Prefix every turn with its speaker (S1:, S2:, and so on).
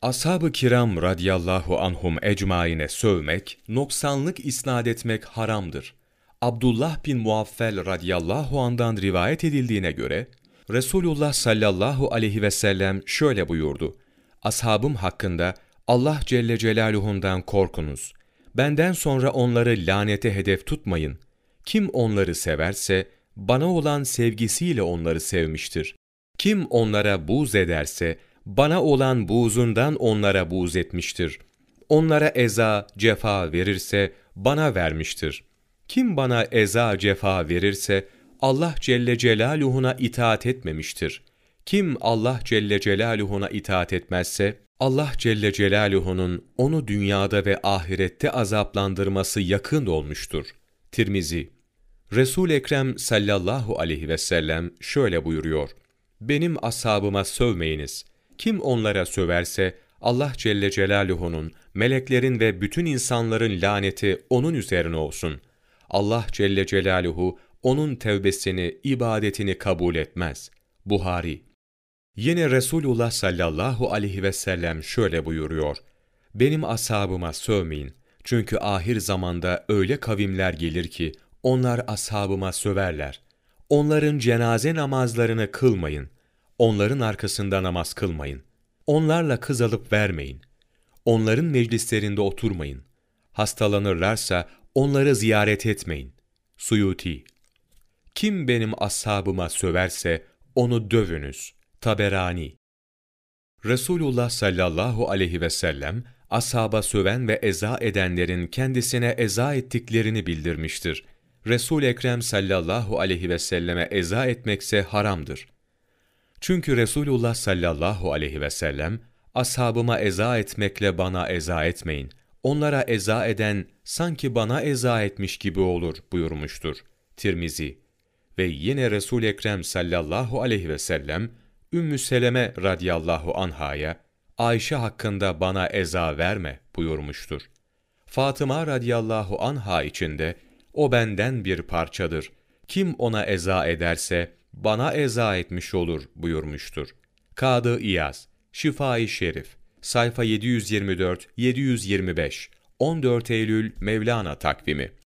S1: Ashab-ı kiram radiyallahu anhum ecmaine sövmek, noksanlık isnat etmek haramdır. Abdullah bin Muaffel radiyallahu andan rivayet edildiğine göre, Resulullah sallallahu aleyhi ve sellem şöyle buyurdu: Ashabım hakkında Allah Celle Celaluhu'ndan korkunuz. Benden sonra onları lanete hedef tutmayın. Kim onları severse, bana olan sevgisiyle onları sevmiştir. Kim onlara buğz ederse, bana olan buğzundan onlara buğz etmiştir. Onlara eza, cefa verirse, bana vermiştir. Kim bana eza, cefa verirse, Allah Celle Celaluhu'na itaat etmemiştir. Kim Allah Celle Celaluhu'na itaat etmezse, Allah Celle Celaluhu'nun onu dünyada ve ahirette azaplandırması yakın olmuştur. Tirmizi. Resul-i Ekrem sallallahu aleyhi ve sellem şöyle buyuruyor: Benim ashabıma sövmeyiniz. Kim onlara söverse, Allah Celle Celaluhu'nun, meleklerin ve bütün insanların laneti onun üzerine olsun. Allah Celle Celaluhu, onun tevbesini, ibadetini kabul etmez. Buhari. Yine Resulullah sallallahu aleyhi ve sellem şöyle buyuruyor: Benim ashabıma sövmeyin. Çünkü ahir zamanda öyle kavimler gelir ki, onlar ashabıma söverler. Onların cenaze namazlarını kılmayın. Onların arkasında namaz kılmayın. Onlarla kız alıp vermeyin. Onların meclislerinde oturmayın. Hastalanırlarsa onları ziyaret etmeyin. Suyuti. Kim benim ashabıma söverse onu dövünüz. Taberani. Resulullah sallallahu aleyhi ve sellem, ashaba söven ve eza edenlerin kendisine eza ettiklerini bildirmiştir. Resul-i Ekrem sallallahu aleyhi ve selleme eza etmekse haramdır. Çünkü Resulullah sallallahu aleyhi ve sellem, ashabıma eza etmekle bana eza etmeyin, onlara eza eden sanki bana eza etmiş gibi olur buyurmuştur. Tirmizi. Ve yine Resul-i Ekrem sallallahu aleyhi ve sellem, Ümmü Seleme radiyallahu anhaya, Ayşe hakkında bana eza verme buyurmuştur. Fatıma radiyallahu anha içinde, o benden bir parçadır. Kim ona eza ederse, bana eza etmiş olur buyurmuştur. Kadı İyaz, Şifa-i Şerif, sayfa 724-725, 14 Eylül Mevlana takvimi.